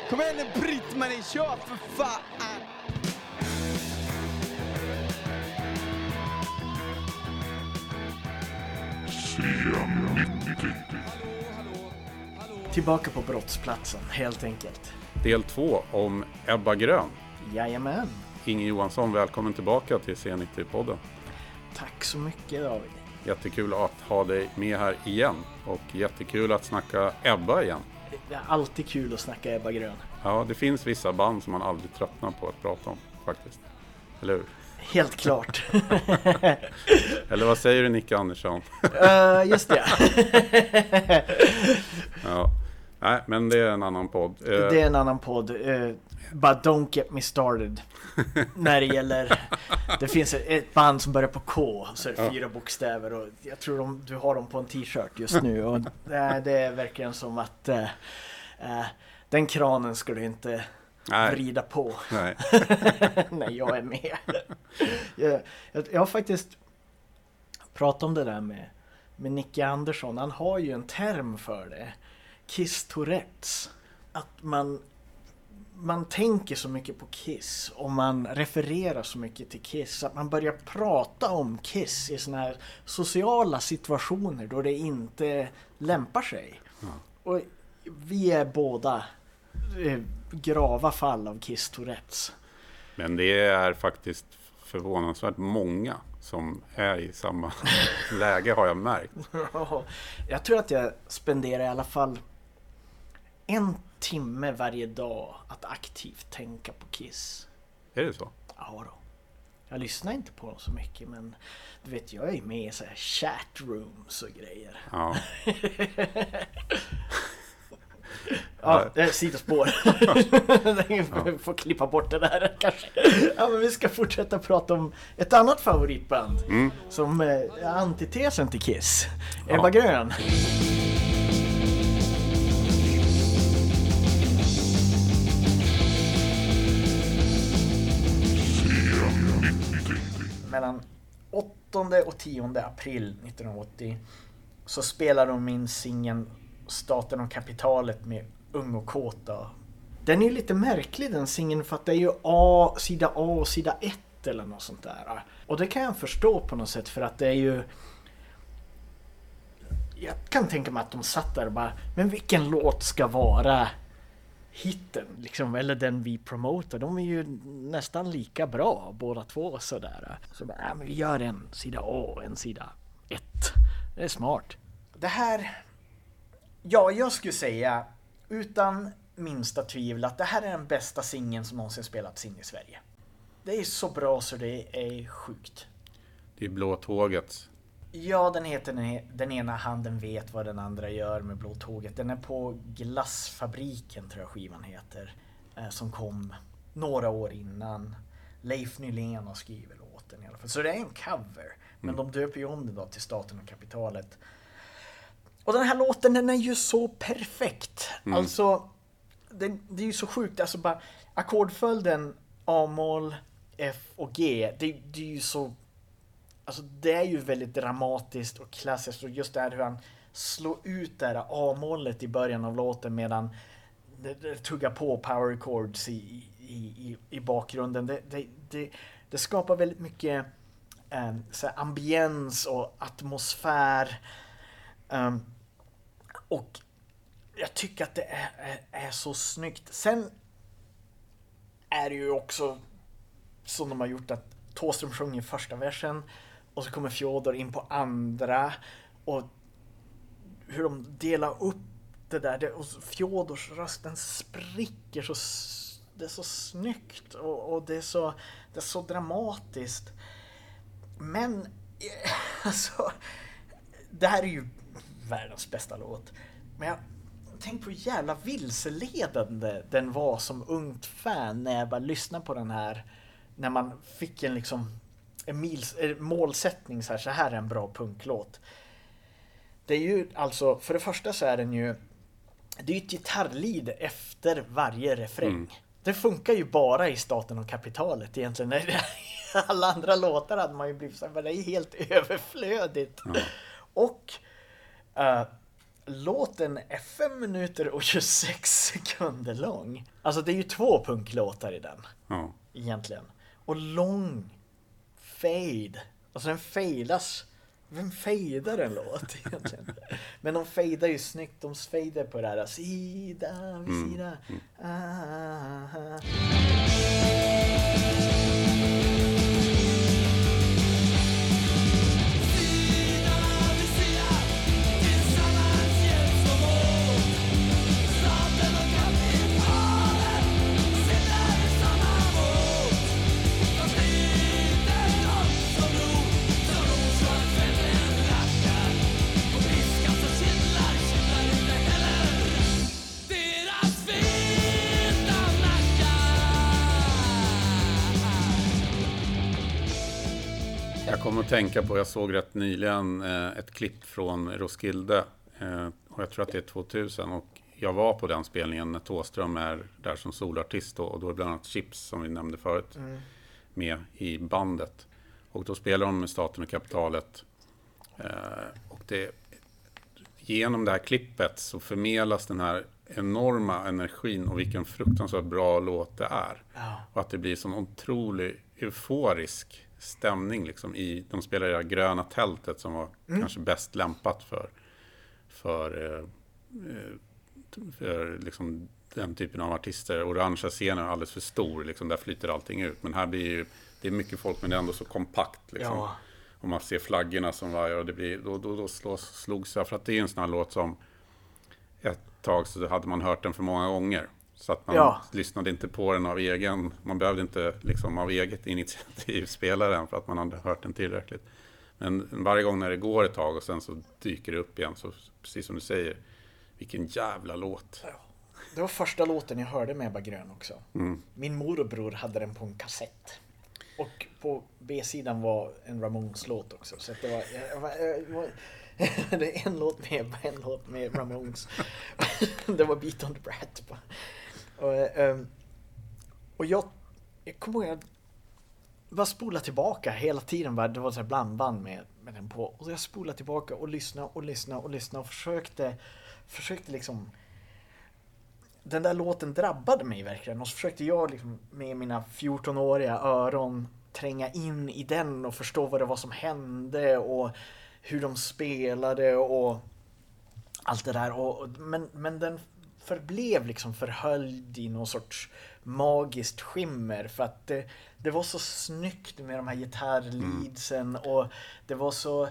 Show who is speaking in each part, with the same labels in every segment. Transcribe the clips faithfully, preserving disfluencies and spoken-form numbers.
Speaker 1: Kom igen nu Britt-Marie, kör för fan!
Speaker 2: Tillbaka på brottsplatsen, helt enkelt.
Speaker 3: Del två om Ebba Grön.
Speaker 2: Jajamän.
Speaker 3: Inge Johansson, välkommen tillbaka till C nittio-podden.
Speaker 2: Tack så mycket, David.
Speaker 3: Jättekul att ha dig med här igen. Och jättekul att snacka Ebba igen.
Speaker 2: Det är alltid kul att snacka Ebba Grön.
Speaker 3: Ja, det finns vissa band som man aldrig tröttnar på att prata om, faktiskt. Eller hur?
Speaker 2: Helt klart.
Speaker 3: Eller vad säger du, Nicke Andersson?
Speaker 2: uh, just det.
Speaker 3: Ja. Nej, men det är en annan podd. Uh,
Speaker 2: det är en annan podd. Uh, but don't get me started. När det gäller... Det finns ett, ett band som börjar på K. Så är det fyra ja. bokstäver. Och jag tror de, du har dem på en t-shirt just nu. Och uh, det är verkligen som att... Uh, uh, den kranen ska du inte... Nej. Vrida på.
Speaker 3: Nej.
Speaker 2: Nej, jag är med. jag, jag, jag har faktiskt pratat om det där med, med Nicke Andersson. Han har ju en term för det. Kiss Tourettes. Att man, man tänker så mycket på Kiss. Och man refererar så mycket till Kiss. Att man börjar prata om Kiss i såna här sociala situationer då det inte lämpar sig. Ja. Och vi är båda... grava fall av Kiss Tourettes.
Speaker 3: Men det är faktiskt förvånansvärt många som är i samma läge, har jag märkt.
Speaker 2: Jag tror att jag spenderar i alla fall en timme varje dag att aktivt tänka på Kiss.
Speaker 3: Är det så?
Speaker 2: Ja då. Jag lyssnar inte på dem så mycket, men du vet, jag är med i så här chatrooms och grejer.
Speaker 3: Ja.
Speaker 2: Ja, det är sidospår. Vi får klippa bort det där kanske. Ja, men vi ska fortsätta prata om ett annat favoritband mm. som är antitesen till Kiss. Ebba ja. Grön. Mellan åttonde och tionde april nittonhundraåttio så spelar de in singeln Staten och kapitalet med Ung och kåta. Den är ju lite märklig, den singeln, för att det är ju A, sida A och sida ett eller något sånt där. Och det kan jag förstå på något sätt, för att det är ju... Jag kan tänka mig att de satt där och bara, men vilken låt ska vara hitten, liksom, eller den vi promotar? De är ju nästan lika bra, båda två sådär. Så bara, ja, men vi gör en sida A och en sida ett. Det är smart. Det här... Ja, jag skulle säga utan minsta tvivel att det här är den bästa singeln som någonsin spelats in i Sverige. Det är så bra så det är sjukt.
Speaker 3: Det är Blå tåget.
Speaker 2: Ja, den heter Den ena handen vet vad den andra gör med Blå tåget. Den är på Glassfabriken, tror jag skivan heter, som kom några år innan. Leif Nylén har skrivit låten i alla fall. Så det är en cover, men mm. de döper ju om det då till Staten och kapitalet. Och den här låten, den är ju så perfekt. Mm. Alltså, det, det är ju så sjukt. Alltså bara ackordföljden A-moll, F och G. Det, det är ju så... Alltså det är ju väldigt dramatiskt och klassiskt. Och just det här hur han slår ut det här A-mollet i början av låten medan det, det tuggar på power chords i, i, i, i bakgrunden. Det, det, det, det skapar väldigt mycket eh, så här ambiens och atmosfär. Um, och jag tycker att det är, är, är så snyggt. Sen är det ju också som de har gjort att Thåström sjunger första versen och så kommer Fjodor in på andra, och hur de delar upp det där, det, och Fjodors rösten spricker så, det är så snyggt och, och det är så det är så dramatiskt. Men alltså, det här är ju världens bästa låt. Men jag tänkte på hur jävla vilseledande den var som ungt fan när jag bara lyssnade på den här. När man fick en liksom en mils, en målsättning så här, så här är en bra punklåt. Det är ju alltså, för det första så är den ju, det är ju ett gitarrlid efter varje refräng. Mm. Det funkar ju bara i Staten och kapitalet egentligen. Alla andra låtar hade man ju blivit så här, men det är helt överflödigt. Mm. Och uh, låten är fem minuter och tjugosex sekunder lång. Alltså det är ju två punklåtar i den.
Speaker 3: Ja.
Speaker 2: Egentligen. Och lång fade. Alltså den fadas. Vem fejdar en låt egentligen? Men de fejdar ju snyggt. De fejdar på det här sida vid sida.
Speaker 3: Mm.
Speaker 2: Ah, ah, ah.
Speaker 3: Jag kommer att tänka på, jag såg rätt nyligen eh, ett klipp från Roskilde eh, och jag tror att det är tvåtusen, och jag var på den spelningen när Thåström är där som solartist då, och då är bland annat Chips som vi nämnde förut mm. med i bandet, och då spelar de med Staten och Kapitalet eh, och det, genom det här klippet så förmedlas den här enorma energin och vilken fruktansvärt bra låt det är.
Speaker 2: Ja.
Speaker 3: Och att det blir sån otrolig euforisk stämning liksom i, de spelar i det här gröna tältet som var mm. kanske bäst lämpat för för, eh, för liksom den typen av artister. Orangea scenen är alldeles för stor liksom, där flyter allting ut, men här blir ju, det är mycket folk men det är ändå så kompakt liksom. Ja. Och man ser flaggorna som vajar och det blir, då, då, då slås, slogs jag, för att det är en sån här låt som ett tag så hade man hört den för många gånger. Så att man ja. lyssnade inte på den av egen, man behövde inte liksom av eget initiativ spela den för att man hade hört den tillräckligt. Men varje gång när det går ett tag och sen så dyker det upp igen, så precis som du säger, vilken jävla låt.
Speaker 2: Ja. Det var första låten jag hörde med Ebba Grön också. Mm. Min morbror hade den på en kassett. Och på B-sidan var en Ramones-låt också. Så att det var... Jag var, jag var det är en låt med en låt med Ramones. Det var Beat on the Brat. Och, um, och jag, jag kommer ihåg att bara spola tillbaka hela tiden. Bara, det var så här blandband med, med den på. Och jag spolade tillbaka och lyssnade och lyssnade och lyssnade och försökte, försökte liksom... Den där låten drabbade mig verkligen. Och så försökte jag liksom med mina fjortonåriga öron tränga in i den och förstå vad det var som hände och hur de spelade och allt det där. Och, men, men den förblev liksom förhöljd i någon sorts magiskt skimmer, för att det, det var så snyggt med de här gitarrleadsen och det var så...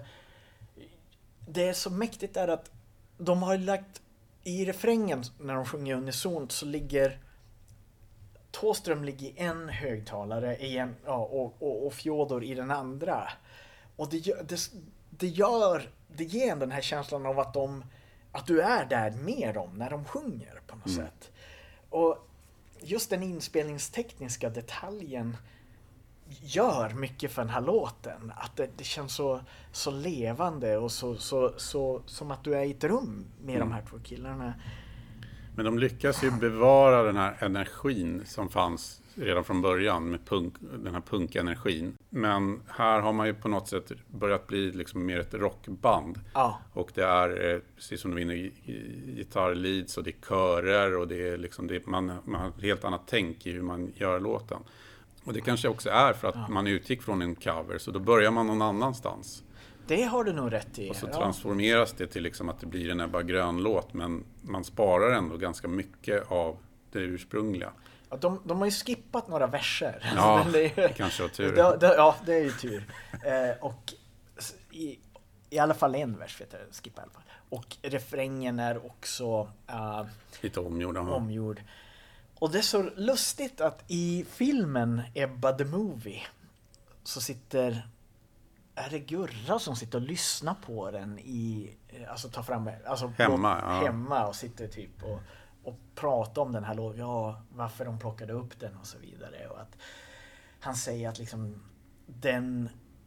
Speaker 2: Det är så mäktigt där att de har lagt i refrängen när de sjunger unisont, så ligger Thåström ligger i en högtalare i en, ja, och, och, och Fjodor i den andra. Och det gör, det, det gör det ger den här känslan av att de att du är där med dem när de sjunger på något mm. sätt. Och just den inspelningstekniska detaljen gör mycket för den här låten. Att det, det känns så, så levande och så, så, så som att du är i ett rum med mm. de här två killarna.
Speaker 3: Men de lyckas ju bevara den här energin som fanns redan från början med punk, den här punkenergin. Men här har man ju på något sätt börjat bli liksom mer ett rockband.
Speaker 2: Ja. Och
Speaker 3: det är, precis som du var inne i, gitarrleads och det är körer och det är liksom, det är, man, man har ett helt annat tänk i hur man gör låten. Och det kanske också är för att ja. man utgick från en cover, så då börjar man någon annanstans.
Speaker 2: Det har du nog rätt i.
Speaker 3: Och så transformeras det till liksom att det blir en Ebba Grön-låt, men man sparar ändå ganska mycket av det ursprungliga.
Speaker 2: Ja, de, de har ju skippat några verser.
Speaker 3: Ja, det, är, det kanske var tur.
Speaker 2: Det, det, ja, det är ju tur. eh, och i, i alla fall en vers vet jag, skippa i alla fall. Och refrängen är också uh,
Speaker 3: lite omgjord.
Speaker 2: omgjord. Och det är så lustigt att i filmen Ebba the Movie så sitter... Är det Gurra som sitter och lyssnar på den i, alltså tar fram, alltså
Speaker 3: hemma,
Speaker 2: på,
Speaker 3: ja.
Speaker 2: hemma och sitter typ och, och pratar om den här låten, ja, varför de plockade upp den och så vidare, och att han säger att liksom den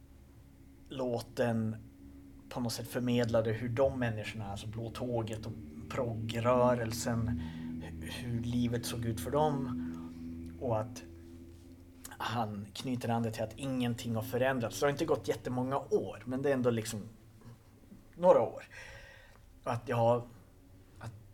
Speaker 2: låten på något sätt förmedlade hur de människorna, alltså Blå tåget och proggrörelsen, hur livet såg ut för dem, och att han knyter an det till att ingenting har förändrats. Det har inte gått jättemånga år, men det är ändå liksom några år. Och att ja,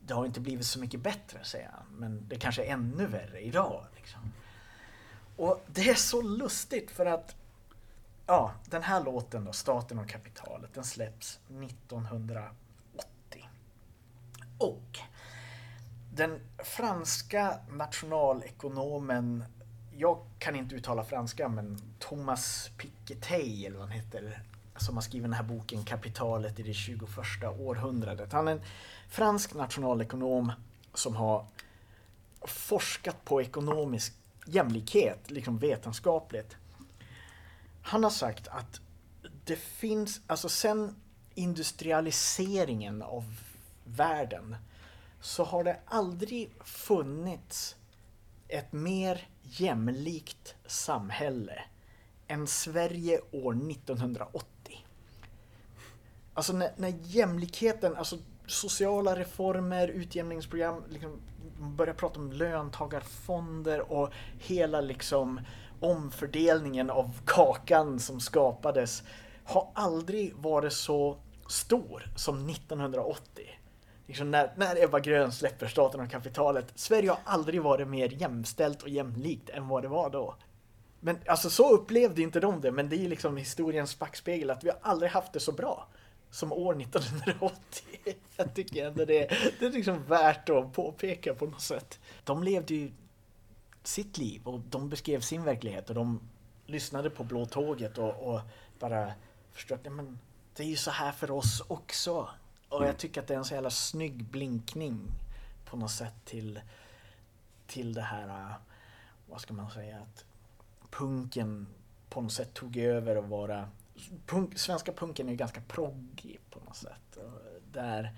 Speaker 2: det har inte blivit så mycket bättre, säger han. Men det kanske är ännu värre idag. Liksom. Och det är så lustigt för att ja, den här låten då, Staten och kapitalet, den släpps nittonhundraåttio. Och den franska nationalekonomen, jag kan inte uttala franska, men Thomas Piketty, eller vad han heter, som har skrivit den här boken Kapitalet i det tjugoförsta århundradet. Han är en fransk nationalekonom som har forskat på ekonomisk jämlikhet, liksom vetenskapligt. Han har sagt att det finns, alltså sen industrialiseringen av världen så har det aldrig funnits ett mer jämlikt samhälle än Sverige år nittonhundraåttio. Alltså när, när jämlikheten, alltså sociala reformer, utjämningsprogram, liksom börjar prata om löntagarfonder och hela liksom omfördelningen av kakan som skapades har aldrig varit så stor som nittonhundraåttio. Liksom när, när Ebba Grön släpper Staten och kapitalet. Sverige har aldrig varit mer jämställt och jämlikt än vad det var då. Men alltså så upplevde inte de det, men det är liksom historiens backspegel att vi har aldrig haft det så bra som år nittonhundraåttio. Jag tycker ändå det, det är liksom värt att påpeka på något sätt. De levde ju sitt liv och de beskrev sin verklighet och de lyssnade på Blå tåget och, och bara förstod att men det är ju så här för oss också. Och jag tycker att det är en så jävla snygg blinkning på något sätt till, till det här, vad ska man säga, att punken på något sätt tog över och vara punk, svenska punken är ju ganska proggig på något sätt. Och där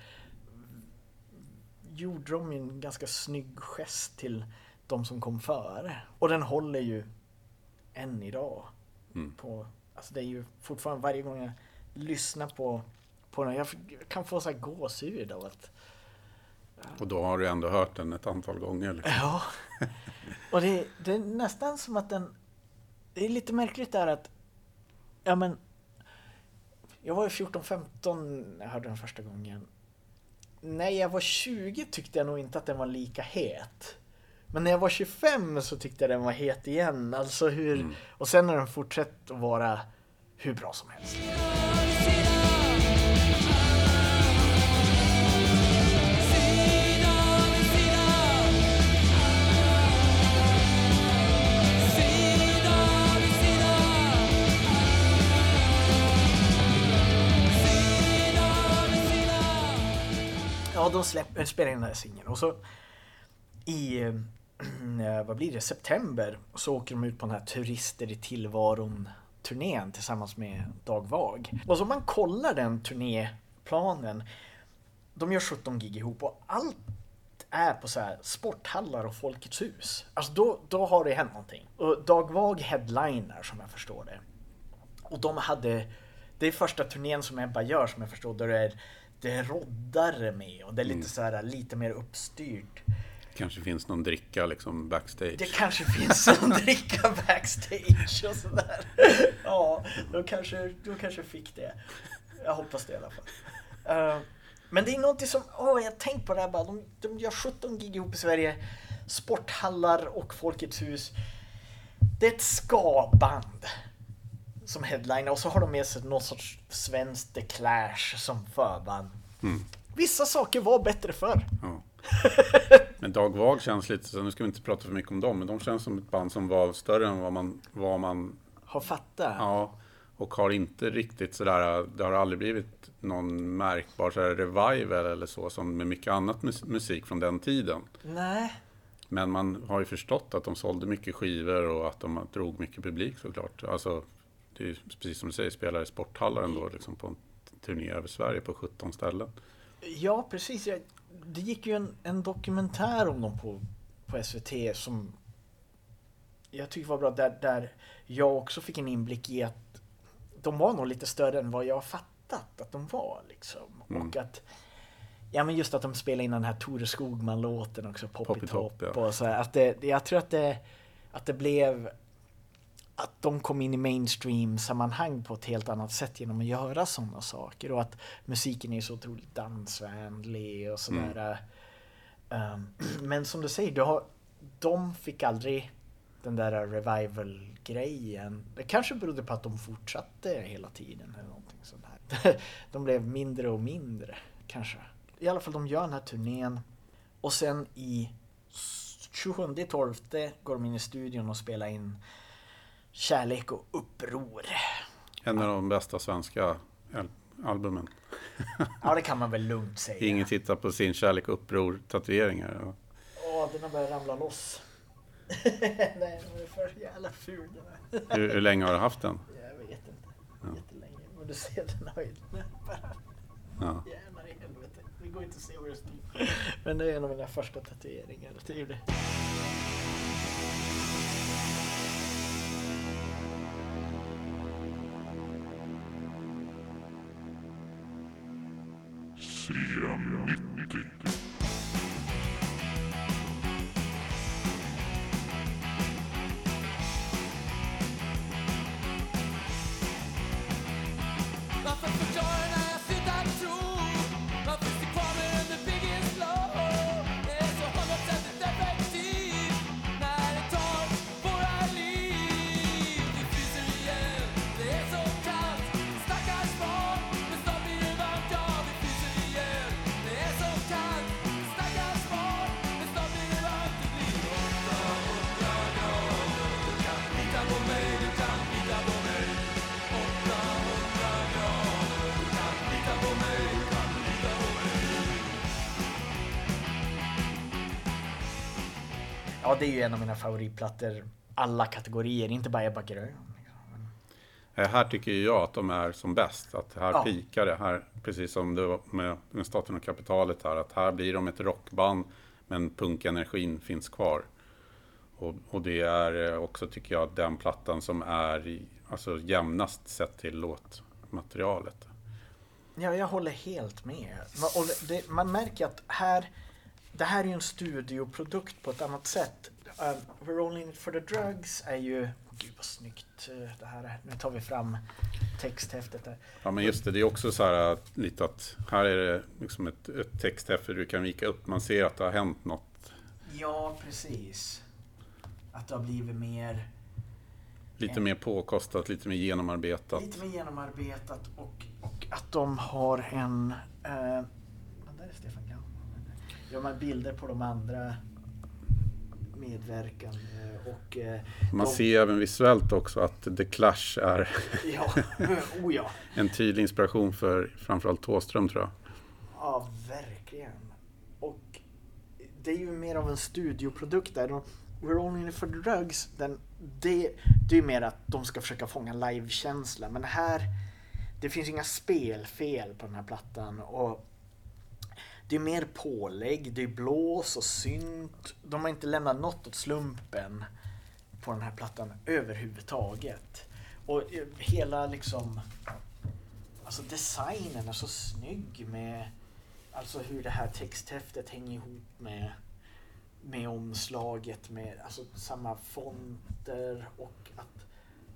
Speaker 2: gjorde de ju en ganska snygg gest till de som kom före. Och den håller ju än idag. Mm. På, alltså det är ju fortfarande varje gång jag lyssnar på, på den, jag kan få så här gåshud av att... Ja.
Speaker 3: Och då har du ändå hört den ett antal gånger. Liksom.
Speaker 2: Ja. Och det, det är nästan som att den... Det är lite märkligt där att... Ja men... Jag var ju fjorton femton när jag hörde den första gången. När jag var tjugo tyckte jag nog inte att den var lika het. Men när jag var tjugofem så tyckte jag den var het igen. Alltså hur... Mm. Och sen har den fortsatt att vara hur bra som helst. Ja, de släpper, spelar in den här singeln. Och så i, eh, vad blir det, september så åker de ut på den här Turister i tillvaron-turnén tillsammans med Dag Vag. Och så om man kollar den turnéplanen, de gör sjutton gig ihop och allt är på så här sporthallar och Folkets hus. Alltså då, då har det hänt någonting. Och Dag Vag headliner som jag förstår det. Och de hade, det är första turnén som Ebba gör som jag förstår, där det är det är roddare med och det är lite mm. så här lite mer uppstyrt.
Speaker 3: Kanske finns någon dricka liksom backstage.
Speaker 2: Det kanske finns någon dricka backstage och sådär. Ja, då kanske, då kanske fick det. Jag hoppas det i alla fall. Uh, men det är någonting som, åh oh, jag tänkt på det här bara. De, de gör sjutton gig ihop i Sverige. Sporthallar och Folkets hus. Det är ett ska-band som headliner och så har de med sig någon sorts svensk The Clash som förband. Mm. Vissa saker var bättre förr.
Speaker 3: Ja. Men Dag Vag känns lite så, nu ska vi inte prata för mycket om dem, men de känns som ett band som var större än vad man, vad man
Speaker 2: har fattat.
Speaker 3: Ja, och har inte riktigt sådär, det har aldrig blivit någon märkbar sådär revival eller så som med mycket annat mus- musik från den tiden.
Speaker 2: Nej.
Speaker 3: Men man har ju förstått att de sålde mycket skivor och att de drog mycket publik såklart. Alltså det är ju precis som du säger, spelar i sporthallar ändå liksom på en turné över Sverige på sjutton ställen.
Speaker 2: Ja, precis. Jag, det gick ju en, en dokumentär om dem på, på S V T som jag tycker var bra, där, där jag också fick en inblick i att de var nog lite större än vad jag har fattat att de var liksom. Mm. Och att ja, men just att de spelade in den här Tore Skogman-låten också, Pop, Pop i topp. Ja. Och så här, att det, jag tror att det, att det blev att de kom in i mainstream-sammanhang på ett helt annat sätt genom att göra sådana saker. Och att musiken är så otroligt dansvänlig och sådär. Mm. Um, men som du säger, du har, de fick aldrig den där revival-grejen. Det kanske berodde på att de fortsatte hela tiden eller någonting sånt här. De blev mindre och mindre, kanske. I alla fall, de gör den här turnén. Och sen i tjugosjunde tolfte går de in i studion och spelar in Kärlek och uppror.
Speaker 3: En av de bästa svenska albumen.
Speaker 2: Ja, det kan man väl lugnt säga.
Speaker 3: Ingen tittar på sin Kärlek och uppror tatueringar.
Speaker 2: Åh, den har börjat ramla loss. Nej, den är för jävla ful.
Speaker 3: Hur, hur länge har du haft den?
Speaker 2: Jag vet inte.
Speaker 3: Ja.
Speaker 2: Jättelänge. Men du ser, den har ju bara...
Speaker 3: Ja.
Speaker 2: Jävlar i helvete. Det går inte att se vad det står. Men det är en av mina första tatueringar. Det är det.
Speaker 4: C M nittio.
Speaker 5: Varför förklarar när jag slutar tro? Varför finns det kvar med under Biggest Low? Det är så hundraprocentigt effektivt när det tar våra liv. Vi fryser igen, det är så kallt. Stackars barn, men snart blir det varmt. Ja, vi fryser igen, det är så kallt. Stackars barn, men snart blir det varmt. Det blir åttahundra grader. Du kan lita på mig, du kan lita på mig. åttahundra grader. Du kan lita på mig, du kan lita på mig.
Speaker 2: Ja, det är ju en av mina favoritplattor. Alla kategorier, inte bara Ebba Grön.
Speaker 3: Eh, Här tycker jag att de är som bäst. Att här
Speaker 2: Ja.
Speaker 3: pikar det. Här, precis som det var med, med Staten och kapitalet här. Att här blir de ett rockband. Men punkenergin finns kvar. Och, och det är eh, också, tycker jag, den plattan som är i, alltså, jämnast sett till låtmaterialet.
Speaker 2: Ja, jag håller helt med. Ma- Och det, det, man märker att här, det här är ju en studioprodukt på ett annat sätt. Uh, We're Only In It For The Drugs är ju, oh, gud vad snyggt uh, det här är. Nu tar vi fram texthäftet där.
Speaker 3: Ja, men just det, det är också så här att, lite att här är det liksom ett, ett texthäfte du kan vika upp. Man ser att det har hänt något.
Speaker 2: Ja, precis. Att det har blivit mer,
Speaker 3: Lite mer påkostat, lite mer genomarbetat.
Speaker 2: lite mer genomarbetat och, och att de har en... Uh, där är Stefan Gammel. De har bilder på de andra medverkande och... Uh,
Speaker 3: Man
Speaker 2: de,
Speaker 3: ser även visuellt också att The Clash är
Speaker 2: Ja, oh ja.
Speaker 3: en tydlig inspiration för framförallt Thåström, tror jag.
Speaker 2: Ja, verkligen. Och det är ju mer av en studioprodukt där. De, We're Only In It For The Drugs, den, det, det är ju mer att de ska försöka fånga livekänsla. Men här, det finns inga spelfel på den här plattan. Och det är mer pålägg, det är blås och synt. De har inte lämnat något åt slumpen på den här plattan överhuvudtaget. Och hela liksom... Alltså designen är så snygg med alltså hur det här texthäftet hänger ihop med med omslaget med alltså samma fonter och att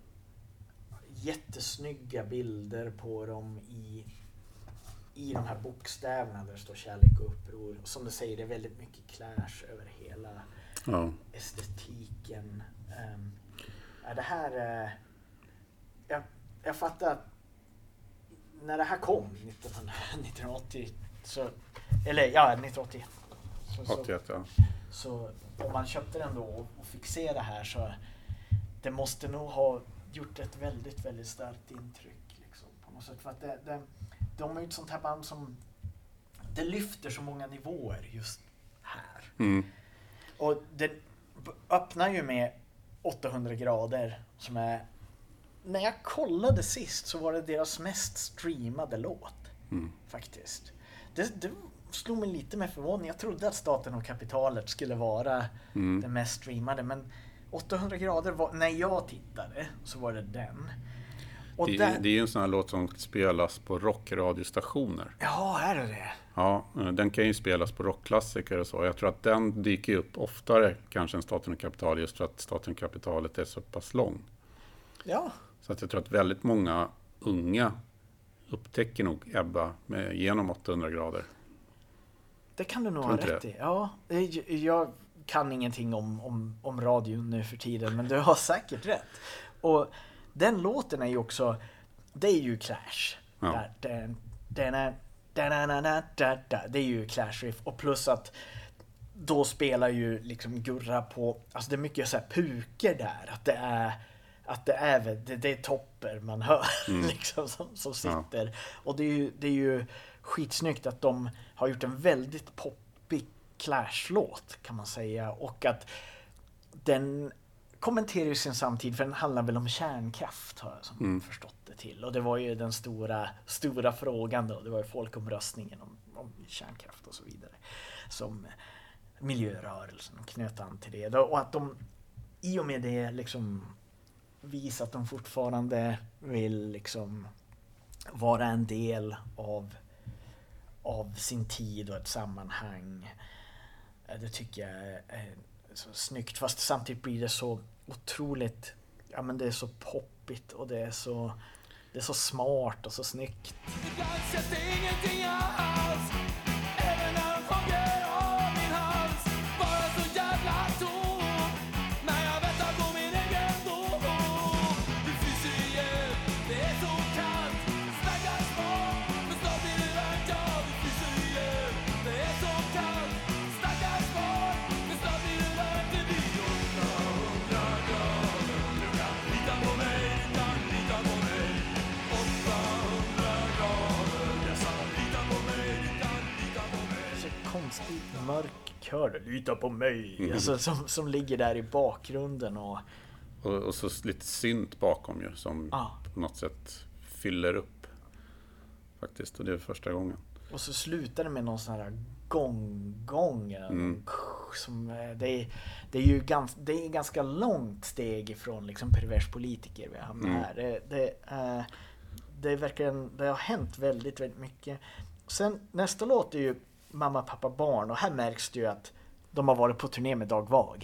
Speaker 2: jättesnygga bilder på dem i i de här bokstäverna där det står kärlek och uppror. Och som du säger, det är väldigt mycket clash över hela
Speaker 3: Ja.
Speaker 2: estetiken. Um, ja, det här uh, jag, jag fattar att när det här kom nittonhundraåttio så eller ja nittonhundraåttio så, så,
Speaker 3: åttioett, ja.
Speaker 2: så om man köpte den då och fick se det här så det måste nog ha gjort ett väldigt väldigt starkt intryck liksom, på något sätt för att det, det, de är ju ett sånt här band som det lyfter så många nivåer just här.
Speaker 3: Mm.
Speaker 2: Och det öppnar ju med åttahundra grader som är när jag kollade sist så var det deras mest streamade låt.
Speaker 3: Mm.
Speaker 2: Faktiskt. Det, det slog mig lite med förvåning. Jag trodde att Staten och kapitalet skulle vara
Speaker 3: Mm.
Speaker 2: den mest streamade. Men åttahundra grader var, när jag tittade så var det den. Och
Speaker 3: Det,
Speaker 2: där,
Speaker 3: det är ju en sån här låt som spelas på rockradiostationer.
Speaker 2: ja, är det det?
Speaker 3: Ja, den kan ju spelas på rockklassiker och så. Jag tror att den dyker upp oftare kanske än Staten och kapital just för att Staten och kapitalet är så pass lång.
Speaker 2: Ja.
Speaker 3: Så att jag tror att väldigt många unga upptäcker nog Ebba med, genom åttahundra grader.
Speaker 2: det kan du nog
Speaker 3: Tror
Speaker 2: ha
Speaker 3: inte
Speaker 2: rätt
Speaker 3: det?
Speaker 2: i. Ja, det- jag kan ingenting om, om, om radion nu för tiden, men du har säkert rätt. Och den låten är ju också, det är ju Clash.
Speaker 3: Ja.
Speaker 2: Där, den, den är, den är, den är, den är, det är ju Clash riff. Och plus att då spelar ju liksom Gurra på, alltså det är mycket så här puker där, att det är att det är det, det är topper man hör
Speaker 3: Mm.
Speaker 2: liksom som, som sitter. Och det är ju det är ju skitsnyggt att de har gjort en väldigt poppig Clash-låt kan man säga, och att den kommenterar ju sin samtid, för den handlar väl om kärnkraft har jag som
Speaker 3: Mm.
Speaker 2: förstått det till. Och det var ju den stora stora frågan då, det var ju folkomröstningen om, om kärnkraft och så vidare som miljörörelsen knöt an till det. Och att de i och med det liksom visar att de fortfarande vill liksom vara en del av, av sin tid och ett sammanhang. Det tycker jag är så snyggt. Fast samtidigt blir det så otroligt, ja men det är så poppigt och det är så, det är så smart och så snyggt.
Speaker 5: Ibland känns det ingenting alls. Även när de sjunger av min hals. Bara så jävla tom. När jag väntar på min egen dom. Du fryser ihjäl, det är så kallt. Stackars barn, men snart blir det varmt. Ja, du fryser ihjäl, det är så kallt. Stackars barn, men snart blir det varmt. Det blir åtta hundra grader. Du kan lita på mig, du kan lita på mig. åttahundra grader. Jag sa lita på mig, du kan lita på mig.
Speaker 2: Så konstigt mörk kör, lita på mig, alltså, som, som ligger där i bakgrunden och
Speaker 3: Och, och så lite synt bakom ju som
Speaker 2: Ja.
Speaker 3: på något sätt fyller upp faktiskt. Och det är första gången.
Speaker 2: Och så slutar det med någon sån här gång-gång.
Speaker 3: Mm.
Speaker 2: Som, eh, det, är, det är ju gans, det är ganska långt steg ifrån liksom pervers politiker vi hamnar
Speaker 3: Mm.
Speaker 2: här. Det, det, eh, det, är verkligen, det har hänt väldigt, väldigt mycket. Sen nästa låt är ju Mamma, pappa, barn. Och här märks det ju att de har varit på turné med Dag Vag.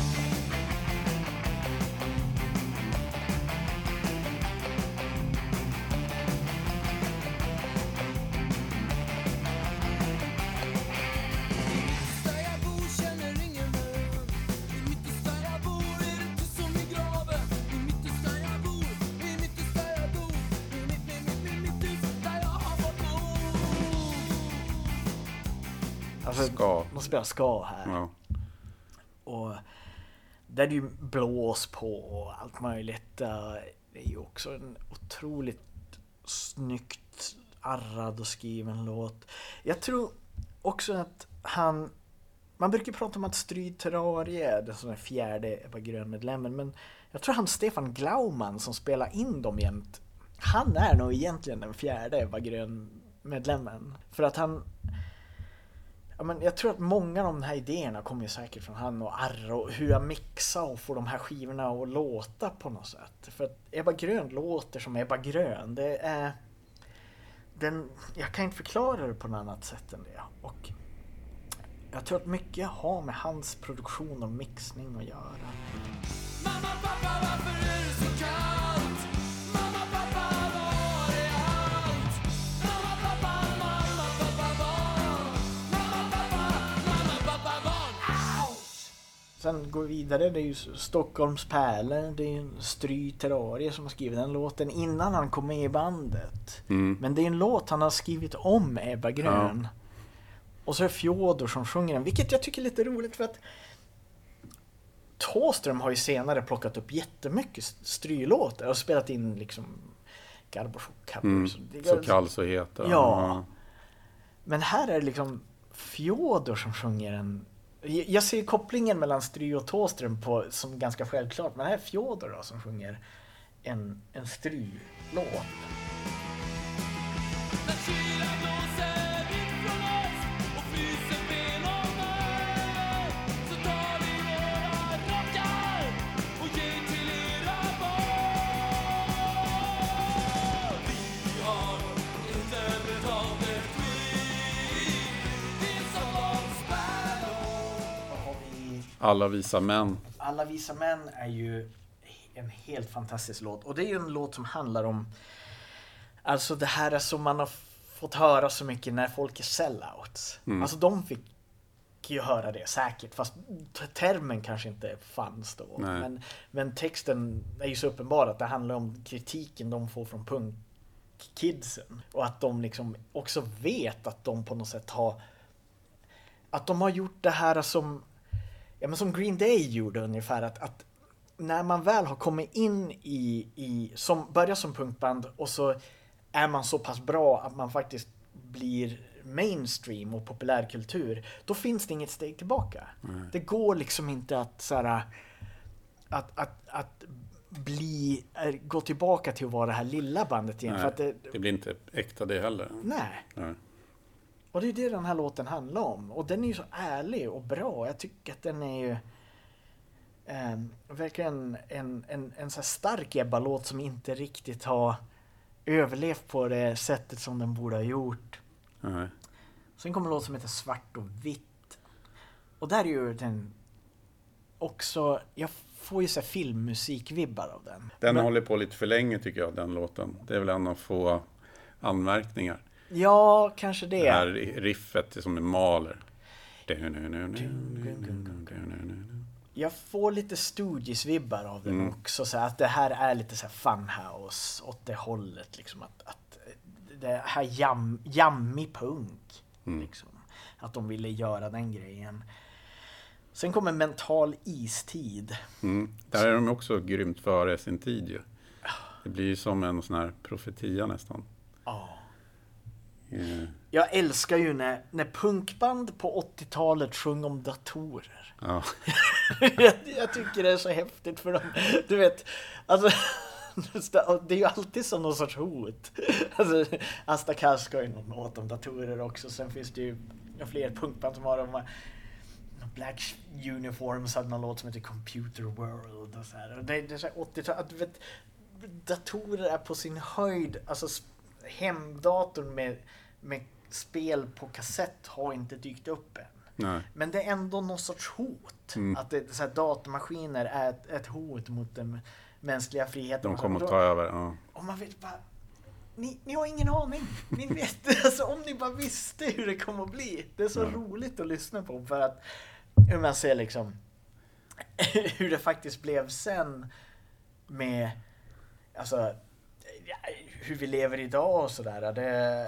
Speaker 5: Där jag bor känner ingen vän. I mitt där jag bor är det tyst som i graven. I mitt där jag bor, i mitt där jag bor. I mitt, i mitt, i mitt hus där jag har fått bo.
Speaker 2: Alltså,
Speaker 3: Ska.
Speaker 2: de spelar ska här.
Speaker 3: Ja.
Speaker 2: Och där är det ju blås på och allt möjligt. Eh, Det är ju också en otroligt snyggt arrad och skriven låt. Jag tror också att han... Man brukar prata om att Stryd Terrarie är den sån här fjärde Ebba Grön-medlemmen, men jag tror han Stefan Glaumann som spelar in dem jämt, han är nog egentligen den fjärde Ebba Grön-medlemmen. För att han... Ja, men jag tror att många av de här idéerna kommer ju säkert från han och Arro, och hur jag mixar och får de här skivorna att låta på något sätt. För att Ebba Grön låter som Ebba Grön. Det är den, jag kan inte förklara det på något annat sätt än det. Och jag tror att mycket har med hans produktion och mixning att göra.
Speaker 5: Mamma, pappa, varför är det så kallt? Mamma, pappa, var är allt? Mamma, pappa, mamma, pappa, barn. Mamma, pappa, mamma, pappa, barn. Ouch!
Speaker 2: Sen går vi vidare, det är ju Stockholms pärlor, det är ju Stry Terrarie som har skrivit den låten innan han kom med i bandet.
Speaker 3: Mm.
Speaker 2: Men det är en låt han har skrivit om Ebba Grön. Och så är Fjodor som sjunger den, vilket jag tycker är lite roligt för att Thåström har ju senare plockat upp jättemycket strylåtar och spelat in liksom Garbo-covers.
Speaker 3: Mm. Så kall så heter han.
Speaker 2: Ja. Men här är det liksom Fjodor som sjunger en... Jag ser kopplingen mellan Stry och Thåström på, som ganska självklart, men här är Fjodor då som sjunger en, en Stry-låt.
Speaker 5: När kylan blåser in från öst och fryser ben och mör, så tar vi våra rockar och ger till era barn. Vi har inte betalt ett skit. Det är Stockholms pärlor.
Speaker 2: Vad har vi?
Speaker 3: Alla visa män.
Speaker 2: Alla visa män är ju en helt fantastisk låt. Och det är ju en låt som handlar om, alltså det här är som man har fått höra så mycket när folk är sellouts.
Speaker 3: Mm.
Speaker 2: Alltså de fick ju höra det säkert, fast termen kanske inte fanns då. Men, men texten är ju så uppenbar att det handlar om kritiken de får från punkkidsen. Och att de liksom också vet att de på något sätt har att de har gjort det här som ja, men som Green Day gjorde ungefär, att, att när man väl har kommit in i, i som börjar som punkband och så är man så pass bra att man faktiskt blir mainstream och populärkultur, då finns det inget steg tillbaka. Mm. Det går liksom inte att så här, att, att, att bli, gå tillbaka till att vara det här lilla bandet igen.
Speaker 3: Nej,
Speaker 2: för att det,
Speaker 3: det blir inte äkta det heller.
Speaker 2: Nej.
Speaker 3: Nej.
Speaker 2: Och det är det den här låten handlar om. Och den är ju så ärlig och bra. Jag tycker att den är ju eh, verkligen en, en, en så här stark Ebba-låt som inte riktigt har överlevt på det sättet som den borde ha gjort.
Speaker 3: Nej.
Speaker 2: Sen kommer en låt som heter Svart och vitt. Och där är ju den också, jag får ju så här filmmusikvibbar av den.
Speaker 3: Den
Speaker 2: Men,
Speaker 3: håller på lite för länge tycker jag, den låten. Det är väl en av få anmärkningar.
Speaker 2: ja, kanske det.
Speaker 3: Det här riffet som det maler.
Speaker 2: Jag får lite Stooges-vibbar av den
Speaker 3: Mm.
Speaker 2: också. Så att det här är lite så här funhouse åt det hållet. Liksom att, att det här jam, jammig punk.
Speaker 3: Mm.
Speaker 2: Liksom. Att de ville göra den grejen. Sen kommer Mental istid.
Speaker 3: Mm. Där är de också grymt före sin tid ju. Det blir ju som en sån här profetia nästan.
Speaker 2: Ja.
Speaker 3: Yeah.
Speaker 2: Jag älskar ju när, när punkband på åttiotalet sjöng om datorer.
Speaker 3: Ja.
Speaker 2: jag, jag tycker det är så häftigt för dem. Du vet, alltså det är ju alltid som någon sorts hot. Alltså, Asta Kass ska ju någon låt om datorer också. Sen finns det ju fler punkband som har de Black Uniforms hade någon låt som heter Computer World och så här. Och det, det är så här åttiotal, att du vet, datorer är på sin höjd, alltså hemdatorn med, med spel på kassett har inte dykt upp än.
Speaker 3: Nej.
Speaker 2: Men det är ändå någon sorts hot.
Speaker 3: Mm.
Speaker 2: Att det, så här, datamaskiner är ett, ett hot mot den mänskliga friheten.
Speaker 3: De kommer att ta över. Ja.
Speaker 2: Och man vet bara, ni, ni har ingen aning. Ni vet, alltså, om ni bara visste hur det kommer att bli. Det är så
Speaker 3: Ja.
Speaker 2: roligt att lyssna på. För att hur man ser liksom hur det faktiskt blev sen med alltså hur vi lever idag och sådär. Det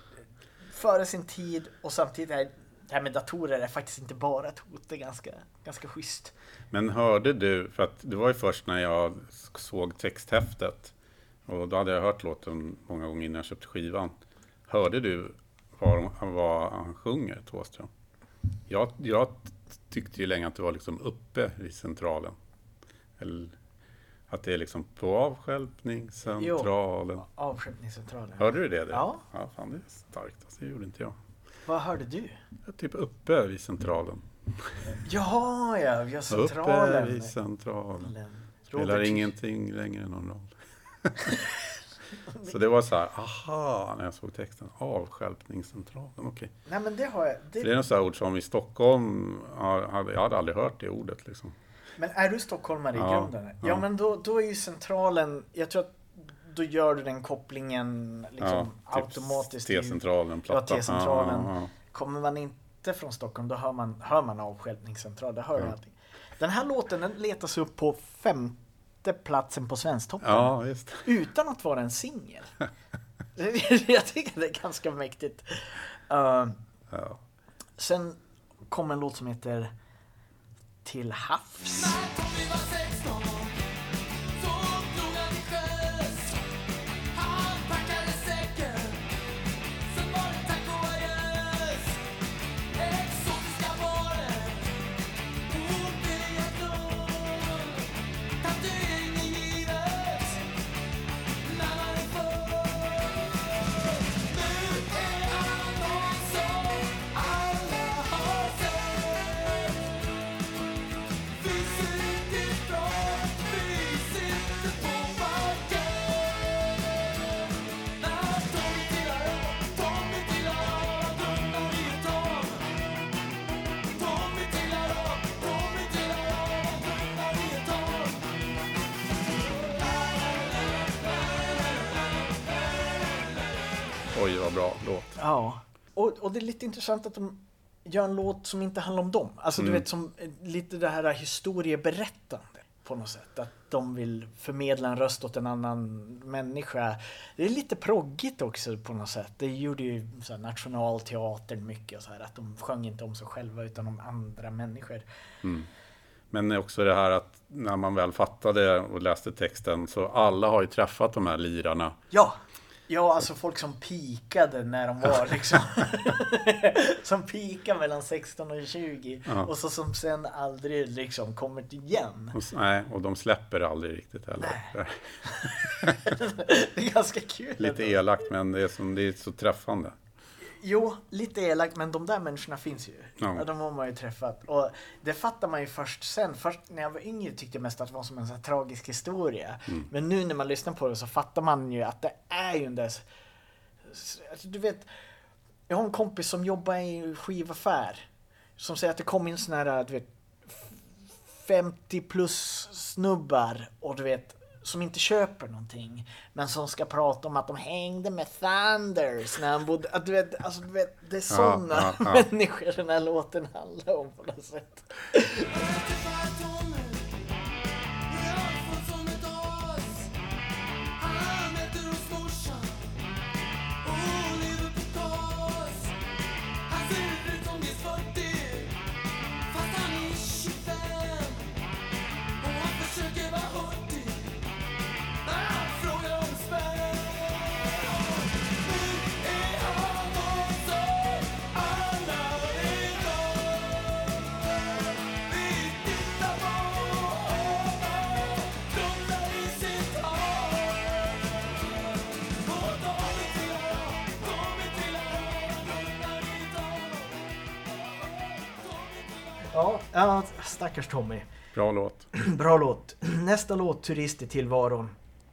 Speaker 2: före sin tid och samtidigt är det här med datorer är faktiskt inte bara ett hot. Det är ganska, ganska schysst.
Speaker 3: Men hörde du, för att det var ju först när jag såg texthäftet och då hade jag hört låten många gånger innan jag köpte skivan. Hörde du vad, vad han sjunger, Thåström? Jag, jag tyckte ju länge att det var liksom uppe vid centralen. Eller att det är liksom på avstjälpningscentralen.
Speaker 2: Jo, avstjälpningscentralen.
Speaker 3: Hörde du det? det?
Speaker 2: Ja.
Speaker 3: Ja, fan det är starkt. Alltså, det gjorde inte jag.
Speaker 2: Vad hörde du?
Speaker 3: Jag typ uppe vid centralen.
Speaker 2: Ja, ja, vi har centralen.
Speaker 3: Uppe vid centralen. Spelar
Speaker 2: Robert.
Speaker 3: Ingenting längre någon roll. Så det var så här, aha, när jag såg texten. Avstjälpningscentralen, okej. Okay.
Speaker 2: Nej, men det har jag. Det...
Speaker 3: Det är något så här ord som i Stockholm, jag hade, jag hade aldrig hört det ordet liksom.
Speaker 2: Men är du stockholmare i
Speaker 3: Ja,
Speaker 2: grunden? Ja,
Speaker 3: ja.
Speaker 2: men då, då är ju centralen, jag tror att då gör du den kopplingen liksom
Speaker 3: Ja, typ
Speaker 2: automatiskt.
Speaker 3: T-centralen,
Speaker 2: Ja,
Speaker 3: plattan.
Speaker 2: T-centralen.
Speaker 3: Ja, ja, ja.
Speaker 2: Kommer man inte från Stockholm, då hör man, hör man avstjälpningscentral, det hör
Speaker 3: Ja.
Speaker 2: du allting. Den här låten, den letas upp på femte platsen på Svensktoppen.
Speaker 3: Ja, just.
Speaker 2: Utan att vara en singel. Jag tycker det är ganska mäktigt. Uh,
Speaker 3: Ja.
Speaker 2: sen kom en låt som heter Till havs.
Speaker 5: När Tommy var sexton så drog han i sjöss. Han packade säcken, sen var det tack och adjöss. Exotiska barer, obligator. Tatuering är givet när man är full. Nu är han någon som alla har sett. Vi ser ut ifrån
Speaker 3: oj vad bra låt.
Speaker 2: Ja, och, och det är lite intressant att de gör en låt som inte handlar om dem. Alltså
Speaker 3: Mm.
Speaker 2: du vet, som eh, lite det här historieberättande på något sätt. Att de vill förmedla en röst åt en annan människa. Det är lite proggigt också på något sätt. Det gjorde ju så här nationalteatern mycket och så här, att de sjöng inte om sig själva utan om andra människor.
Speaker 3: Mm. Men också det här att när man väl fattade och läste texten så alla har ju träffat de här lirarna.
Speaker 2: Ja, ja alltså folk som pikade när de var liksom som pikade mellan sexton och tjugo
Speaker 3: Ja.
Speaker 2: och så som sen aldrig liksom kommer till igen.
Speaker 3: Och, nej, och de släpper aldrig riktigt heller.
Speaker 2: Det är ganska kul.
Speaker 3: Lite
Speaker 2: ändå.
Speaker 3: elakt, men det är, som, det är så träffande.
Speaker 2: Jo, lite elakt, men de där människorna finns ju.
Speaker 3: Ja.
Speaker 2: Ja. De har man ju träffat. Och det fattar man ju först sen. Först när jag var yngre tyckte jag mest att det var som en sån här tragisk historia.
Speaker 3: Mm.
Speaker 2: Men nu när man lyssnar på det så fattar man ju att det är ju en dess... Alltså, du vet, jag har en kompis som jobbar i skivaffär. Som säger att det kom in sån här, du vet, femtio plus snubbar och du vet, som inte köper någonting, men som ska prata om att de hängde med Thunders när han bodde, att du vet, alltså du vet, det är sådana
Speaker 3: ja, ja.
Speaker 2: människor den här låten handlar om på något sätt. Ja, ja, stackars Tommy.
Speaker 3: Bra låt.
Speaker 2: Bra låt. Nästa låt, Turist i tillvaron.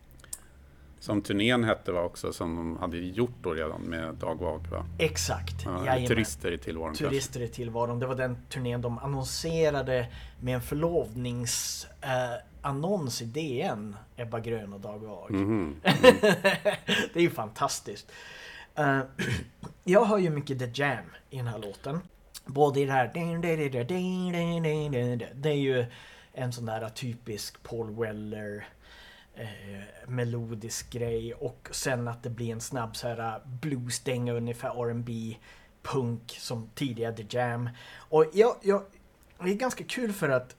Speaker 3: Som turnén hette va också, som de hade gjort då redan med Dag Vag va?
Speaker 2: Exakt.
Speaker 3: Ja,
Speaker 2: Jajamän.
Speaker 3: turister i tillvaron kanske.
Speaker 2: Turister i tillvaron. Det var den turnén de annonserade med en förlovningsannons eh, annons i D N. Ebba Grön och Dag Vag.
Speaker 3: Mhm.
Speaker 2: Det är ju fantastiskt. Uh, jag har ju mycket The Jam i den här låten. Både i det här... Det är ju en sån där typisk Paul Weller eh, melodisk grej. Och sen att det blir en snabb så här bluesdänga, ungefär R and B punk som tidigare The Jam. Och jag, jag, det är ganska kul för att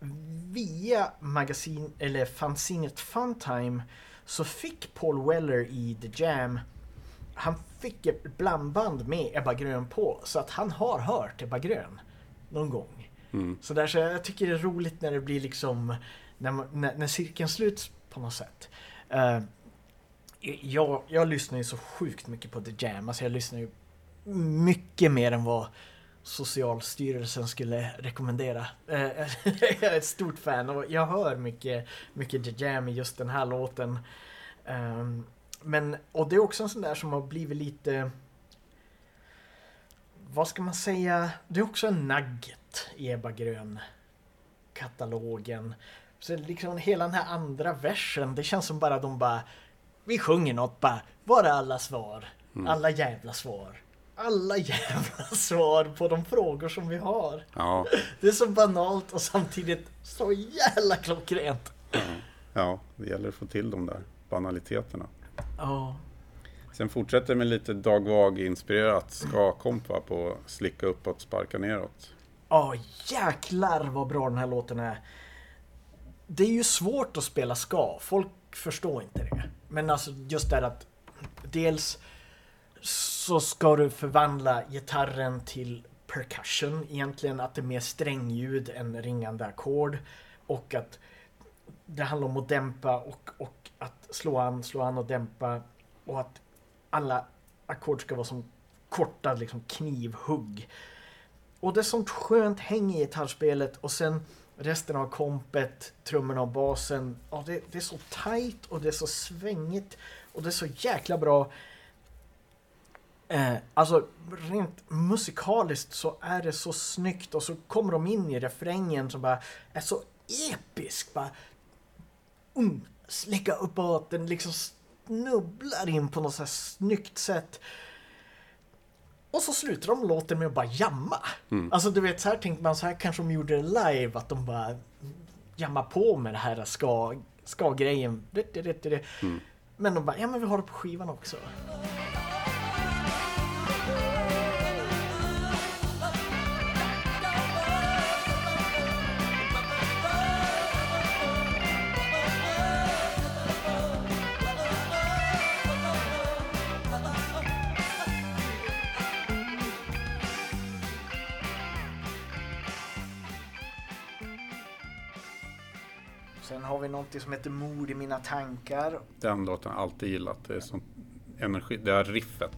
Speaker 2: via magasin eller fanzinet Funtime så fick Paul Weller i The Jam, han fick ett blandband med Ebba Grön på, så att han har hört Ebba Grön någon gång.
Speaker 3: Mm.
Speaker 2: Så där, så jag tycker det är roligt när det blir liksom när, man, när, när cirkeln sluts på något sätt. Uh, jag, jag lyssnar ju så sjukt mycket på The Jam, alltså jag lyssnar ju mycket mer än vad Socialstyrelsen skulle rekommendera. Uh, jag är ett stort fan och jag hör mycket, mycket The Jam i just den här låten. Um, Men, och det är också en sån där som har blivit lite, vad ska man säga, det är också en nugget i Ebba Grön-katalogen. Så liksom hela den här andra versen, det känns som bara de bara, vi sjunger något bara, var är alla svar?
Speaker 3: Mm.
Speaker 2: Alla jävla svar. Alla jävla svar på de frågor som vi har.
Speaker 3: Ja.
Speaker 2: Det är så banalt och samtidigt så jävla klockrent.
Speaker 3: Ja. Ja, det gäller att få till de där banaliteterna.
Speaker 2: Ja.
Speaker 3: Sen fortsätter med lite Dag Vag-inspirerat ska-komp va, på slicka uppåt, sparka neråt.
Speaker 2: Ja, jäklar vad bra den här låten är. Det är ju svårt att spela ska. Folk förstår inte det. Men alltså just det att dels så ska du förvandla gitarren till percussion. Egentligen att det är mer strängljud än ringande ackord. Och att det handlar om att dämpa och, och att slå an, slå an och dämpa. Och att alla ackord ska vara som korta liksom knivhugg. Och det är sånt skönt häng i gitarrspelet. Och sen resten av kompet, trummorna och basen. Ja, det, det är så tight och det är så svängigt. Och det är så jäkla bra. Eh, alltså rent musikaliskt så är det så snyggt. Och så kommer de in i refrängen som bara är så episk. Bara, um, släcka uppåt, den liksom snubblar in på något så här snyggt sätt. Och så slutar de låten med att bara jamma.
Speaker 3: Mm.
Speaker 2: Alltså du vet, så här tänkte man, så här kanske de gjorde det live, att de bara jamma på med det här ska, ska grejen.
Speaker 3: Mm.
Speaker 2: Men de bara, ja men vi har det på skivan också. Sen har vi något som heter Mord i mina tankar.
Speaker 3: Den låten har jag alltid gillat. Det är sån energi, det är riffet.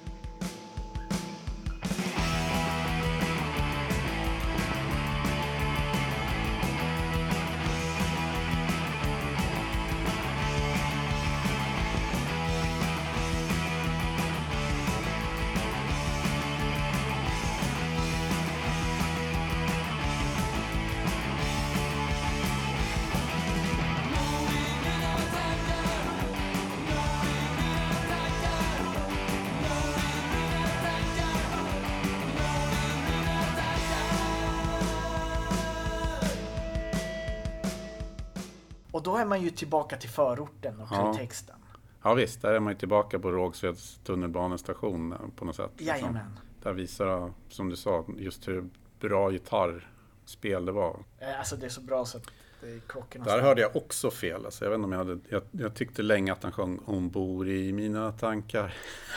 Speaker 2: Och då är man ju tillbaka till förorten och
Speaker 3: Ja.
Speaker 2: till texten.
Speaker 3: Ja visst, där är man ju tillbaka på Rågsveds tunnelbanestation på något sätt. liksom.
Speaker 2: Jajamän.
Speaker 3: Där visar, som du sa, just hur bra gitarrspel det var.
Speaker 2: Eh, Alltså det är så bra så att det är klockorna.
Speaker 3: Där hörde jag också fel. Alltså, jag vet inte om jag hade... Jag, jag tyckte länge att han sjöng Hon bor i mina tankar.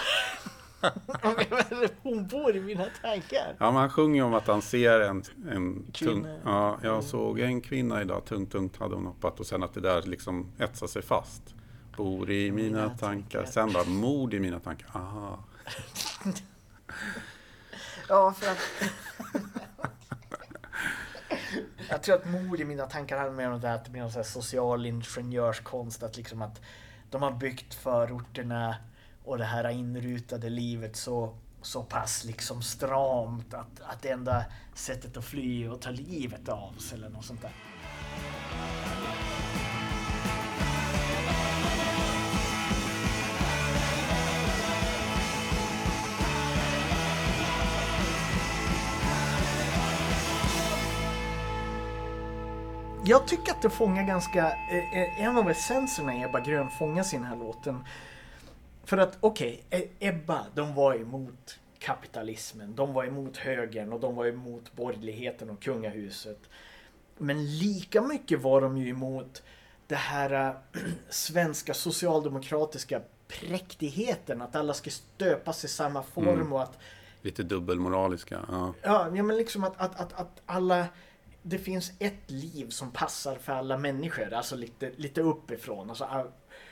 Speaker 2: Hon bor i mina tankar.
Speaker 3: Ja, men han sjunger om att han ser en, en tung...
Speaker 2: Kvinna.
Speaker 3: Ja, jag såg en kvinna idag. Tungt, tungt hade hon hoppat. Och sen att det där liksom etsar sig fast. Bor i mina,
Speaker 2: Mina
Speaker 3: tankar.
Speaker 2: tankar.
Speaker 3: Sen bara mord i mina tankar. Aha.
Speaker 2: Ja, för att... Jag tror att mord i mina tankar handlar mer om det här, att det blir någon så här social ingenjörskonst, att liksom att de har byggt förorterna och det här inrutade livet så, så pass liksom stramt att, att det enda sättet att fly och ta livet av sig eller något sånt där. Jag tycker att det fångar ganska, eh, en av essenserna i Ebba Grön fångas i den här låten. För att okej, okay, Ebba, de var emot kapitalismen, de var emot högern och de var emot borgerligheten och kungahuset. Men lika mycket var de ju emot det här äh, svenska socialdemokratiska präktigheten, att alla ska stöpas i samma form
Speaker 3: Mm.
Speaker 2: och att
Speaker 3: Lite dubbelmoraliska. Ja.
Speaker 2: Ja, ja men liksom att, att, att, att alla, det finns ett liv som passar för alla människor, alltså lite, lite uppifrån. Alltså, all-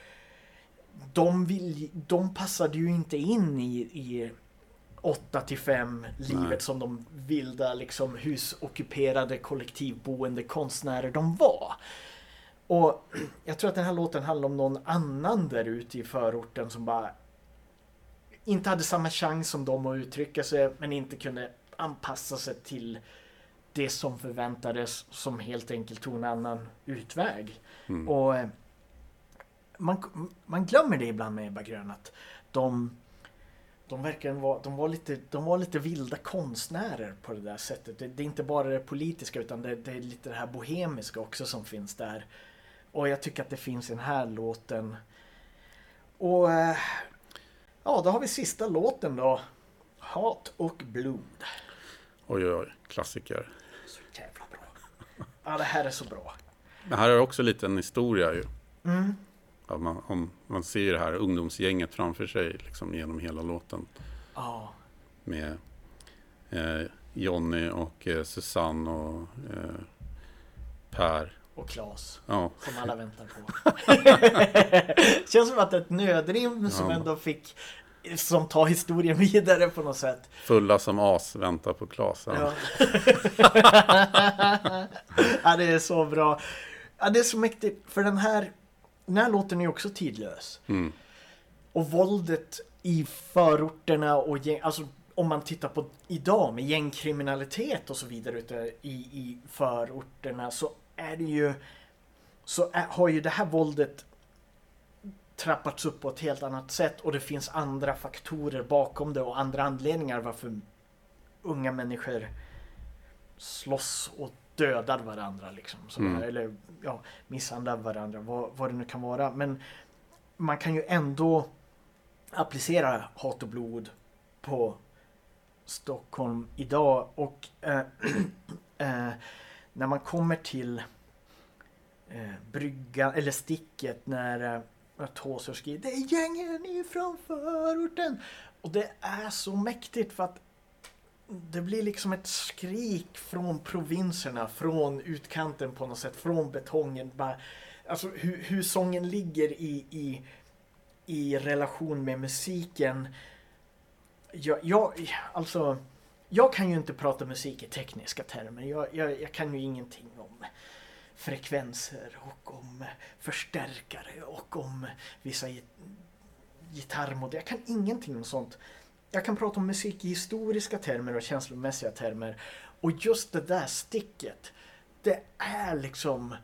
Speaker 2: de, vill, de passade ju inte in i, i åtta till fem livet
Speaker 3: Nej.
Speaker 2: som de vilda liksom, husockuperade kollektivboende konstnärer de var. Och jag tror att den här låten handlar om någon annan där ute i förorten som bara inte hade samma chans som dem att uttrycka sig, men inte kunde anpassa sig till det som förväntades, som helt enkelt tog en annan utväg.
Speaker 3: Mm.
Speaker 2: Och eh, man, man glömmer det ibland med Ebba Grön, att de, de verkligen var, de var, lite, de var lite vilda konstnärer på det där sättet. Det, det är inte bara det politiska, utan det, det är lite det här bohemiska också som finns där. Och jag tycker att det finns i den här låten. Och eh, ja, då har vi sista låten då. Hat och blod.
Speaker 3: Oj, oj, oj. Klassiker.
Speaker 2: Så jävla bra. Ja, det här är så bra.
Speaker 3: Det här är också lite en historia ju.
Speaker 2: Mm.
Speaker 3: Ja, man, om man ser det här ungdomsgänget framför sig liksom, genom hela låten.
Speaker 2: Ja.
Speaker 3: Med eh, Jonny och eh, Susanne och eh, Per.
Speaker 2: Och Claes.
Speaker 3: Ja,
Speaker 2: Som alla väntar på. Känns som att det är ett nödrim som
Speaker 3: Ja.
Speaker 2: ändå fick, som tar historien vidare på något sätt.
Speaker 3: fulla som as väntar på Claes. Ja.
Speaker 2: Ja. Ja, det är så bra. Ja, det är så mäktigt. För den här, den här låten är ju också tidlös.
Speaker 3: Mm.
Speaker 2: Och våldet i förorterna och gäng, alltså om man tittar på idag med gängkriminalitet och så vidare ute i, i förorterna, så är det ju så är, har ju det här våldet trappats upp på ett helt annat sätt och det finns andra faktorer bakom det och andra anledningar varför unga människor slåss och dödar varandra liksom. Så
Speaker 3: Mm.
Speaker 2: där, eller ja, misshandlar varandra, vad, vad det nu kan vara. Men man kan ju ändå applicera hat och blod på Stockholm idag och äh, äh, när man kommer till äh, bryggan eller sticket när äh, Tåser skriver det är gängen ifrån förorten och det är så mäktigt för att det blir liksom ett skrik från provinserna, från utkanten på något sätt, från betongen. Bara, alltså hur, hur sången ligger i, i, i relation med musiken. Jag, jag, alltså, jag kan ju inte prata musik i tekniska termer. Jag, jag, jag kan ju ingenting om frekvenser och om förstärkare och om vissa gitarrmodeller. Jag kan ingenting om sånt. Jag kan prata om musik i historiska termer och känslomässiga termer. Och just det där sticket, det är liksom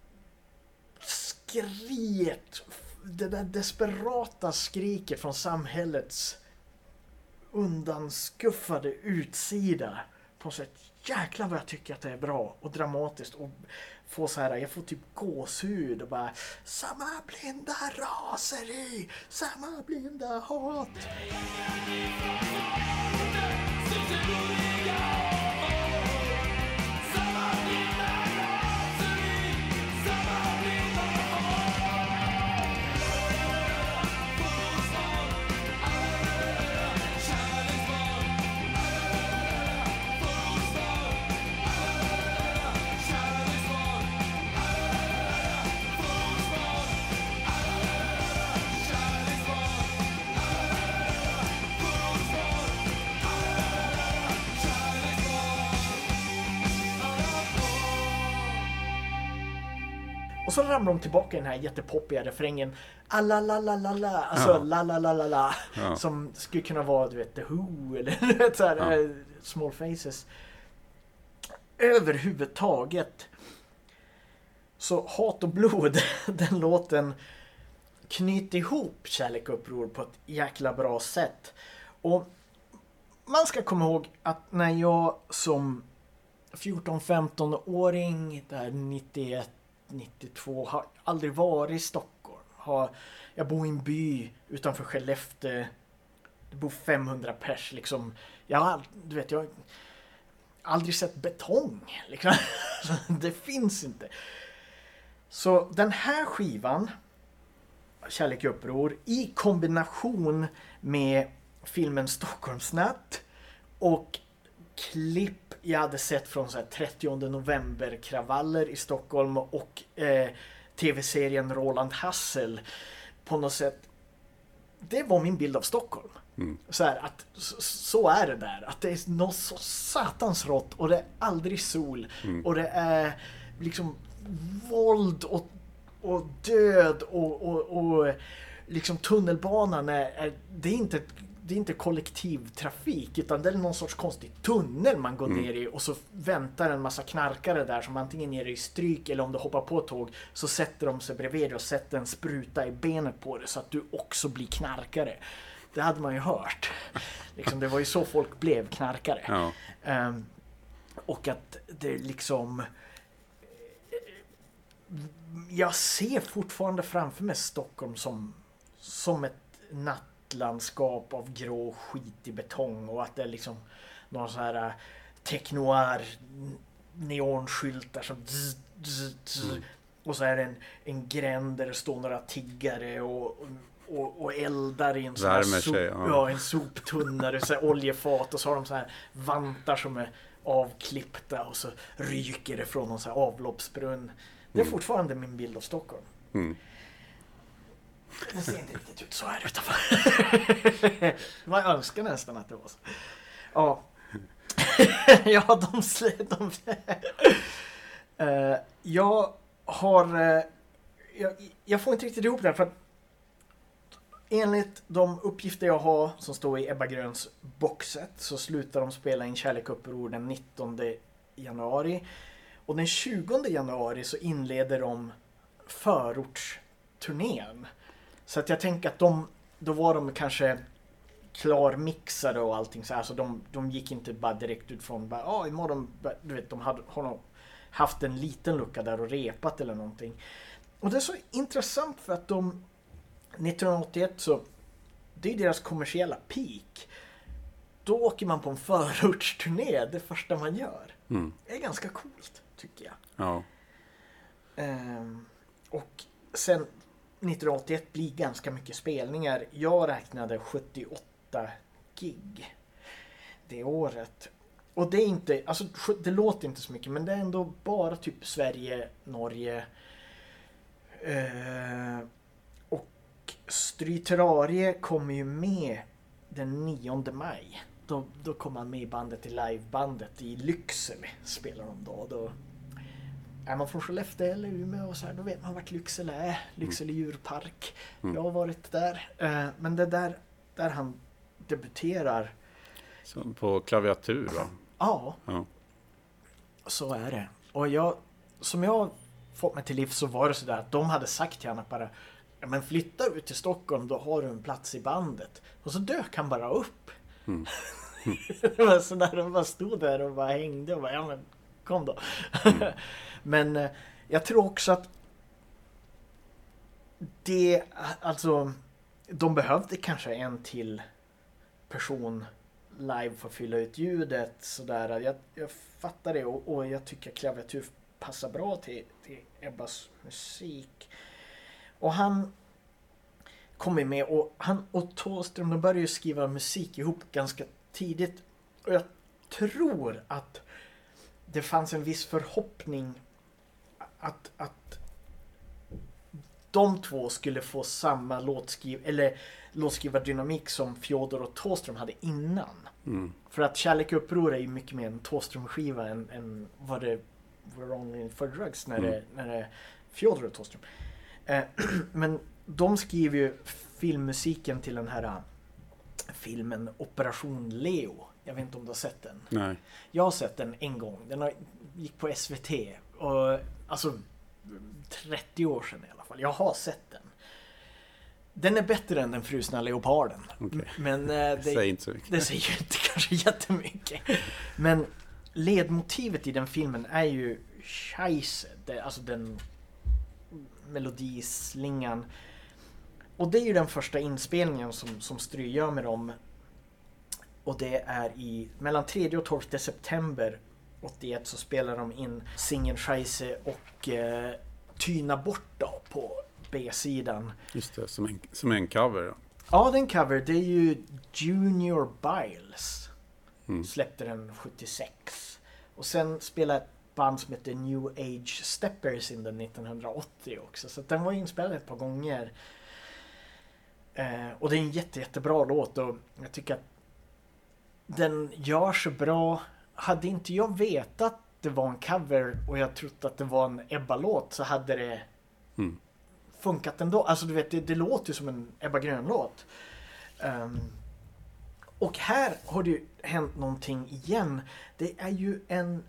Speaker 2: skriet, det där desperata skriket från samhällets undanskuffade utsida. På något sätt, jäklar vad jag tycker att det är bra och dramatiskt och få så här, jag får typ gåshud och bara samma blinda raseri, samma blinda hat. Och så ramlar de tillbaka i den här jättepoppiga refrängen alla la la la la, alltså
Speaker 3: Ja.
Speaker 2: la la la la la,
Speaker 3: Ja.
Speaker 2: som skulle kunna vara, du vet, The Who eller du vet, så här,
Speaker 3: Ja.
Speaker 2: eh, Small Faces. Överhuvudtaget så Hat och blod, den låten knyter ihop kärlek och uppror på ett jäkla bra sätt. Och man ska komma ihåg att när jag som fjorton-femton-åring där nittioett nittiotvå har aldrig varit i Stockholm. Har, jag bor i en by utanför Skellefteå. Det bor femhundra pers liksom. Jag har, du vet, jag har aldrig sett betong liksom. Det finns inte. Så den här skivan Kärlek och uppror i kombination med filmen Stockholmsnatt och klipp jag hade sett från så här trettionde november kravaller i Stockholm och eh, tv-serien Roland Hassel på något sätt. Det var min bild av Stockholm.
Speaker 3: Mm.
Speaker 2: Så här att så, så är det där, att det är något så satans rått och det är aldrig sol
Speaker 3: Mm.
Speaker 2: och det är liksom våld och, och död och, och, och liksom tunnelbanan är, är det är inte det är inte kollektivtrafik utan det är någon sorts konstig tunnel man går
Speaker 3: Mm.
Speaker 2: ner i och så väntar en massa knarkare där som antingen ger dig stryk eller om du hoppar på ett tåg så sätter de sig bredvid och sätter en spruta i benet på dig så att du också blir knarkare. Det hade man ju hört. Liksom, det var ju så folk blev knarkare.
Speaker 3: Ja.
Speaker 2: Um, och att det liksom jag ser fortfarande framför mig Stockholm som, som ett nattlandskap av grå skit i betong och att det är liksom någon så här uh, technoir neonskyltar som zzz, zzz, zzz.
Speaker 3: Mm.
Speaker 2: Och så är det en, en gränd där det står några tiggare och, och, och eldar i en sån här
Speaker 3: Värmer
Speaker 2: sop,
Speaker 3: sig, ja.
Speaker 2: ja, en soptunna, det är så här oljefat och så har de så här vantar som är avklippta och så ryker det från någon så här avloppsbrunn. Det är
Speaker 3: Mm.
Speaker 2: fortfarande min bild av Stockholm.
Speaker 3: Mm.
Speaker 2: Det ser inte riktigt ut så här utanför. Man önskar nästan att det var så. Ja. Ja, de... de uh, jag har... Uh, jag, jag får inte riktigt ihop det här för att enligt de uppgifter jag har som står i Ebba Gröns boxet så slutar de spela in Kärlek och uppror den nittonde januari. Och den tjugonde januari så inleder de förortsturnén. Så att jag tänker att de, då var de kanske klarmixade och allting så här, så de, de gick inte bara direkt ut från bara, ja, imorgon, du vet, de hade, har nog haft en liten lucka där och repat eller någonting. Och det är så intressant för att de nittonhundraåttioett så, det är deras kommersiella peak. Då åker man på en förortsturné, det första man gör.
Speaker 3: Mm.
Speaker 2: Det är ganska coolt, tycker jag.
Speaker 3: Ja.
Speaker 2: Ehm, och sen nittonhundraåttioett blir ganska mycket spelningar. Jag räknade sjuttioåtta gig det året. Och det är inte, alltså det låter inte så mycket, men det är ändå bara typ Sverige, Norge eh, och Stryterarie kommer ju med den nionde maj. Då, då kommer han med i bandet, i livebandet i Lycksele spelar de då. Då är man från Skellefteå eller Umeå och så här, då vet man vart Lycksele är. Lycksele djurpark.
Speaker 3: Mm.
Speaker 2: Jag har varit där. Eh, men det där, där han debuterar.
Speaker 3: Så på klaviatur, va?
Speaker 2: Ja,
Speaker 3: Ja.
Speaker 2: så är det. Och jag, som jag har fått mig till liv så var det så där att de hade sagt till honom bara, ja, men flytta ut till Stockholm, då har du en plats i bandet. Och så dök han bara upp.
Speaker 3: Mm.
Speaker 2: Det var så där, de bara stod där och bara hängde och bara, ja men kom då.
Speaker 3: Mm.
Speaker 2: Men eh, jag tror också att det, alltså de behövde kanske en till person live för att fylla ut ljudet sådär. Jag, jag fattar det och, och jag tycker klaviatur passar bra till, till Ebbas musik. Och han kommer med och han och Thåström, de började ju skriva musik ihop ganska tidigt. Och jag tror att det fanns en viss förhoppning att, att de två skulle få samma låtskriv eller låtskrivar-dynamik som Fjodor och Thåström hade innan.
Speaker 3: Mm.
Speaker 2: För att Kärlek och uppror är ju mycket mer en Thåström-skiva än, än vad det var Only for Drugs när, mm. det, när det är Fjodor och Thåström. Eh, men de skriver ju filmmusiken till den här uh, filmen Operation Leo. Jag vet inte om du har sett den.
Speaker 3: Nej.
Speaker 2: Jag har sett den en gång. Den har, gick på S V T. Och, alltså trettio år sedan i alla fall. Jag har sett den. Den är bättre än Den frusna leoparden.
Speaker 3: Okay.
Speaker 2: Men eh, det,
Speaker 3: säger inte så mycket.
Speaker 2: det säger ju inte kanske jättemycket. Men ledmotivet i den filmen är ju Scheisse. Det, alltså den melodislingan. Och det är ju den första inspelningen som, som Stry gör med dem. Och det är i mellan tredje och tolfte september åttioett så spelar de in singeln Scheisse och eh, Tyna bort då på B-sidan.
Speaker 3: Just det, som en, som en cover. Då.
Speaker 2: Ja, den cover, det är ju Junior Biles.
Speaker 3: Mm.
Speaker 2: Släppte den sjuttiosex. Och sen spelade ett band som heter New Age Steppers in den nittonhundraåttio också. Så den var inspelad ett par gånger. Eh, och det är en jätte, jättebra låt och jag tycker att den gör så bra. Hade inte jag vetat det var en cover och jag trott att det var en Ebba-låt så hade det
Speaker 3: Mm.
Speaker 2: funkat ändå. Alltså du vet, det, det låter ju som en Ebba Grön-låt. Um, och här har det ju hänt någonting igen. Det är ju en...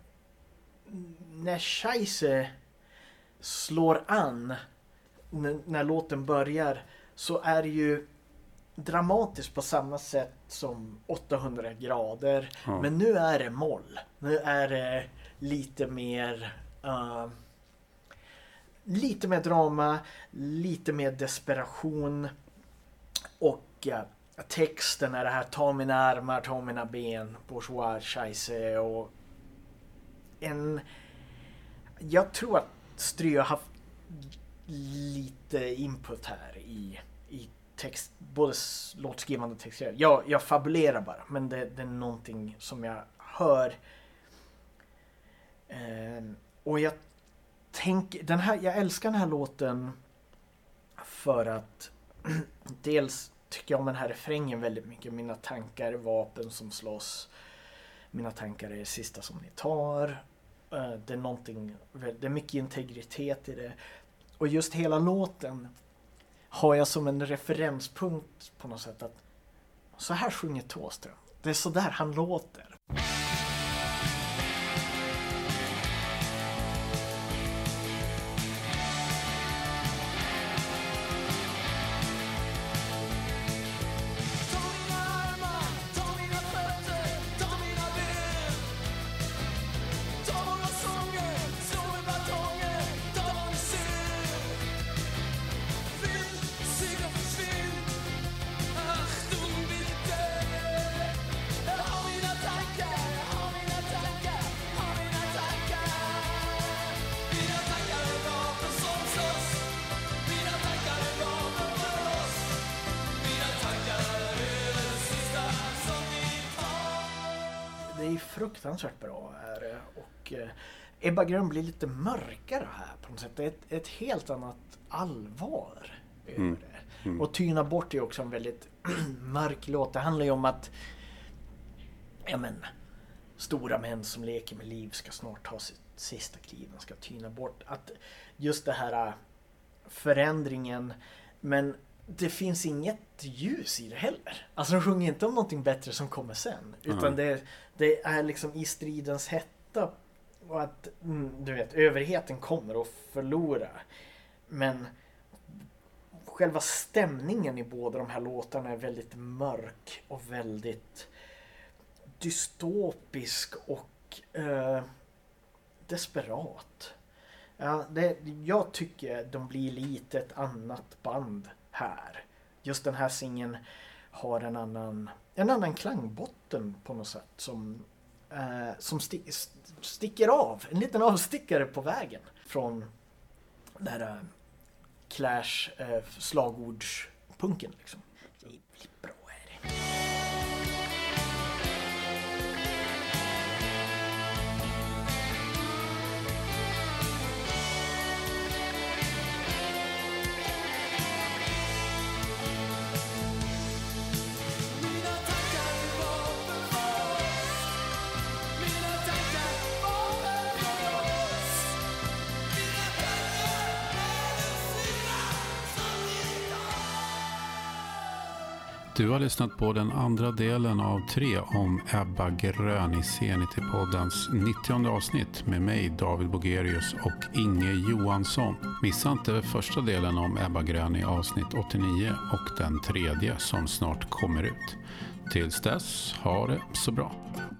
Speaker 2: När Scheisse slår an n- när låten börjar så är det ju dramatiskt på samma sätt som åttahundra grader.
Speaker 3: Ja.
Speaker 2: Men nu är det moll. Nu är det lite mer... Uh, lite mer drama, lite mer desperation och ja, texten är det här ta mina armar, ta mina ben, bourgeois, scheisse och en jag tror att Stry har haft lite input här i, i text, både låtskrivande och texter. Jag, jag fabulerar bara, men det, det är någonting som jag hör eh, och jag Tänk, den här, jag älskar den här låten för att dels tycker jag om den här refrängen väldigt mycket. Mina tankar är vapen som slåss. Mina tankar är det sista som ni tar. Det är någonting, det är mycket integritet i det. Och just hela låten har jag som en referenspunkt på något sätt att så här sjunger Thåström. Det är så där han låter. fruktansvärt bra är det. Och eh, Ebba Grön blir lite mörkare här på något sätt. Det är ett, ett helt annat allvar över
Speaker 3: Mm.
Speaker 2: det.
Speaker 3: Mm.
Speaker 2: Och Tyna bort är också en väldigt mörk låt. Det handlar ju om att ja, men, stora män som leker med liv ska snart ta sitt sista kliv. De ska tyna bort. Att just det här förändringen, men det finns inget ljus i det heller. Alltså de sjunger inte om någonting bättre som kommer sen. Utan
Speaker 3: Mm.
Speaker 2: det, det är liksom i stridens hetta. Och att, mm, du vet, överheten kommer att förlora. Men själva stämningen i båda de här låtarna är väldigt mörk och väldigt dystopisk och eh, desperat. Ja, det, jag tycker de blir lite ett annat band här. Just den här singeln har en annan, en annan klangbotten på något sätt som, eh, som sti, sticker av. En liten avstickare på vägen från den här eh, Clash eh, slagordspunken liksom. Det blir bra är det.
Speaker 5: Mina tankar var för oss. Mina tankar var för oss. Mina tankar är den sista som vi tar.
Speaker 3: Du har lyssnat på den andra delen av tre om Ebba Grön i Zenity-poddens nittionde avsnitt med mig, David Bogerius och Inge Johansson. Missa inte första delen om Ebba Grön i avsnitt åttionio och den tredje som snart kommer ut. Tills dess, ha det så bra.